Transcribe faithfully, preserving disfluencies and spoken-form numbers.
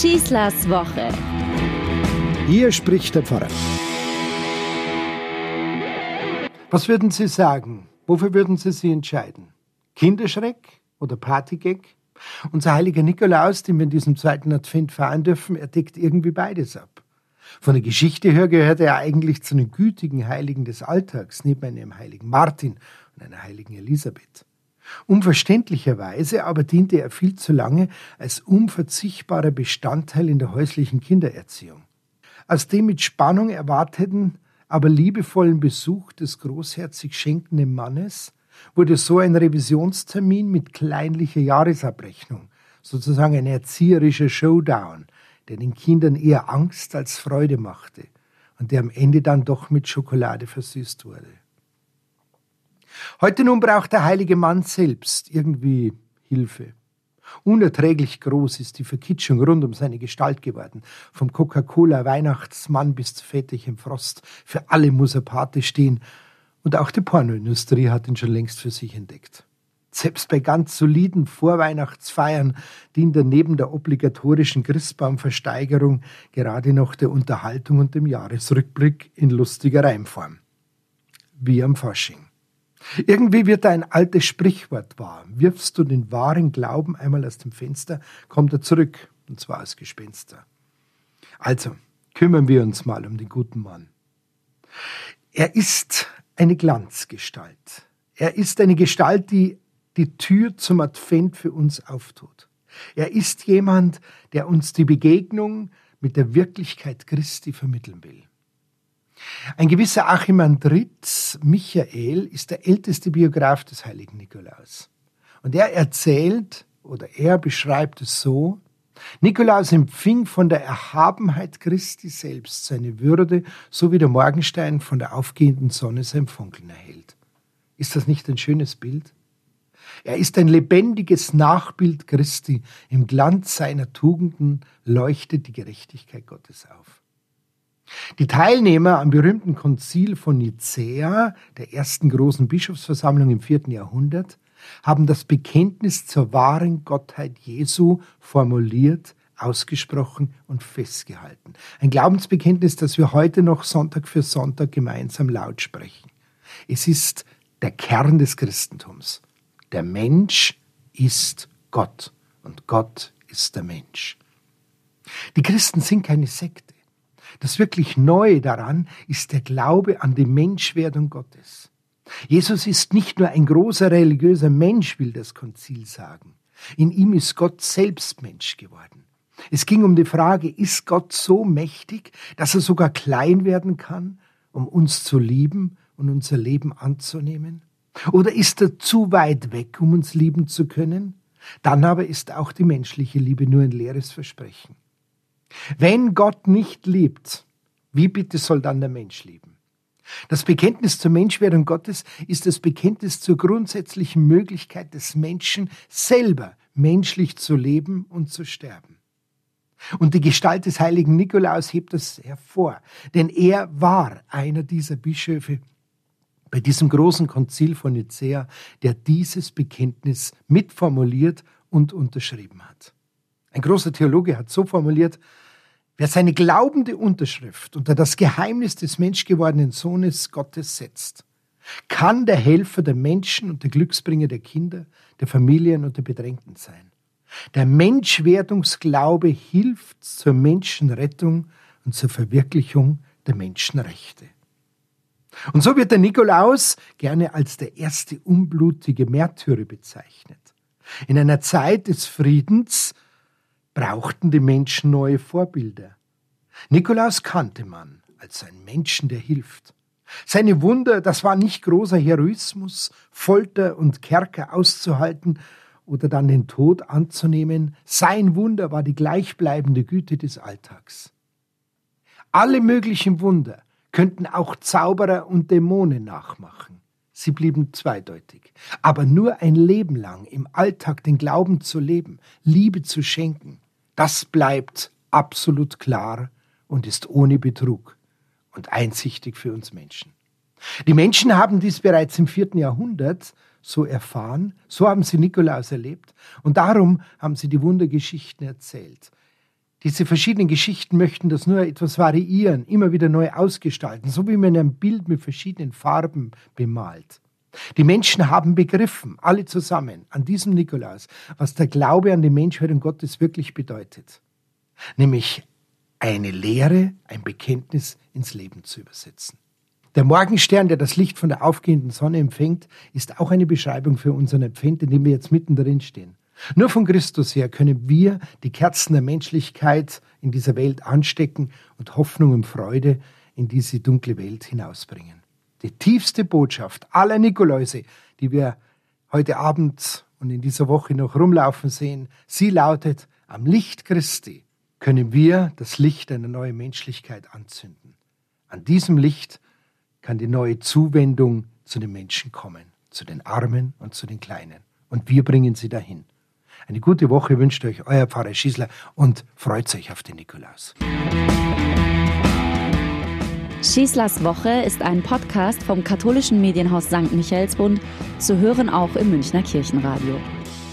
Schießlers Woche. Hier spricht der Pfarrer. Was würden Sie sagen? Wofür würden Sie sich entscheiden? Kinderschreck oder Partygag? Unser heiliger Nikolaus, den wir in diesem zweiten Advent feiern dürfen, er deckt irgendwie beides ab. Von der Geschichte her gehört er eigentlich zu den gütigen Heiligen des Alltags, neben einem heiligen Martin und einer heiligen Elisabeth. Unverständlicherweise aber diente er viel zu lange als unverzichtbarer Bestandteil in der häuslichen Kindererziehung. Aus dem mit Spannung erwarteten, aber liebevollen Besuch des großherzig schenkenden Mannes wurde so ein Revisionstermin mit kleinlicher Jahresabrechnung, sozusagen ein erzieherischer Showdown, der den Kindern eher Angst als Freude machte und der am Ende dann doch mit Schokolade versüßt wurde. Heute nun braucht der heilige Mann selbst irgendwie Hilfe. Unerträglich groß ist die Verkitschung rund um seine Gestalt geworden. Vom Coca-Cola-Weihnachtsmann bis zu Väterchen Frost. Für alle muss er Pate stehen. Und auch die Pornoindustrie hat ihn schon längst für sich entdeckt. Selbst bei ganz soliden Vorweihnachtsfeiern dient er neben der obligatorischen Christbaumversteigerung gerade noch der Unterhaltung und dem Jahresrückblick in lustiger Reimform. Wie am Fasching. Irgendwie wird da ein altes Sprichwort wahr. Wirfst du den wahren Glauben einmal aus dem Fenster, kommt er zurück, und zwar als Gespenster. Also, kümmern wir uns mal um den guten Mann. Er ist eine Glanzgestalt. Er ist eine Gestalt, die die Tür zum Advent für uns auftut. Er ist jemand, der uns die Begegnung mit der Wirklichkeit Christi vermitteln will. Ein gewisser Archimandrit Michael ist der älteste Biograf des heiligen Nikolaus. Und er erzählt, oder er beschreibt es so: Nikolaus empfing von der Erhabenheit Christi selbst seine Würde, so wie der Morgenstein von der aufgehenden Sonne sein Funkeln erhält. Ist das nicht ein schönes Bild? Er ist ein lebendiges Nachbild Christi. Im Glanz seiner Tugenden leuchtet die Gerechtigkeit Gottes auf. Die Teilnehmer am berühmten Konzil von Nicäa, der ersten großen Bischofsversammlung im vierten Jahrhundert, haben das Bekenntnis zur wahren Gottheit Jesu formuliert, ausgesprochen und festgehalten. Ein Glaubensbekenntnis, das wir heute noch Sonntag für Sonntag gemeinsam laut sprechen. Es ist der Kern des Christentums. Der Mensch ist Gott und Gott ist der Mensch. Die Christen sind keine Sekte. Das wirklich Neue daran ist der Glaube an die Menschwerdung Gottes. Jesus ist nicht nur ein großer religiöser Mensch, will das Konzil sagen. In ihm ist Gott selbst Mensch geworden. Es ging um die Frage, ist Gott so mächtig, dass er sogar klein werden kann, um uns zu lieben und unser Leben anzunehmen? Oder ist er zu weit weg, um uns lieben zu können? Dann aber ist auch die menschliche Liebe nur ein leeres Versprechen. Wenn Gott nicht liebt, wie bitte soll dann der Mensch lieben? Das Bekenntnis zur Menschwerdung Gottes ist das Bekenntnis zur grundsätzlichen Möglichkeit des Menschen, selber menschlich zu leben und zu sterben. Und die Gestalt des heiligen Nikolaus hebt das hervor, denn er war einer dieser Bischöfe bei diesem großen Konzil von Nicäa, der dieses Bekenntnis mitformuliert und unterschrieben hat. Ein großer Theologe hat so formuliert: Wer seine glaubende Unterschrift unter das Geheimnis des menschgewordenen Sohnes Gottes setzt, kann der Helfer der Menschen und der Glücksbringer der Kinder, der Familien und der Bedrängten sein. Der Menschwerdungsglaube hilft zur Menschenrettung und zur Verwirklichung der Menschenrechte. Und so wird der Nikolaus gerne als der erste unblutige Märtyrer bezeichnet. In einer Zeit des Friedens brauchten die Menschen neue Vorbilder. Nikolaus kannte man als einen Menschen, der hilft. Seine Wunder, das war nicht großer Heroismus, Folter und Kerker auszuhalten oder dann den Tod anzunehmen. Sein Wunder war die gleichbleibende Güte des Alltags. Alle möglichen Wunder könnten auch Zauberer und Dämonen nachmachen. Sie blieben zweideutig. Aber nur ein Leben lang im Alltag den Glauben zu leben, Liebe zu schenken, das bleibt absolut klar und ist ohne Betrug und einsichtig für uns Menschen. Die Menschen haben dies bereits im vierten Jahrhundert so erfahren, so haben sie Nikolaus erlebt und darum haben sie die Wundergeschichten erzählt. Diese verschiedenen Geschichten möchten das nur etwas variieren, immer wieder neu ausgestalten, so wie man ein Bild mit verschiedenen Farben bemalt. Die Menschen haben begriffen, alle zusammen, an diesem Nikolaus, was der Glaube an die Menschheit und Gottes wirklich bedeutet. Nämlich eine Lehre, ein Bekenntnis ins Leben zu übersetzen. Der Morgenstern, der das Licht von der aufgehenden Sonne empfängt, ist auch eine Beschreibung für unseren Advent, in dem wir jetzt mittendrin stehen. Nur von Christus her können wir die Kerzen der Menschlichkeit in dieser Welt anstecken und Hoffnung und Freude in diese dunkle Welt hinausbringen. Die tiefste Botschaft aller Nikoläuse, die wir heute Abend und in dieser Woche noch rumlaufen sehen, sie lautet: Am Licht Christi können wir das Licht einer neuen Menschlichkeit anzünden. An diesem Licht kann die neue Zuwendung zu den Menschen kommen, zu den Armen und zu den Kleinen. Und wir bringen sie dahin. Eine gute Woche wünscht euch euer Pfarrer Schießler und freut euch auf den Nikolaus. Schießlers Woche ist ein Podcast vom katholischen Medienhaus Sankt Michaelsbund, zu hören auch im Münchner Kirchenradio.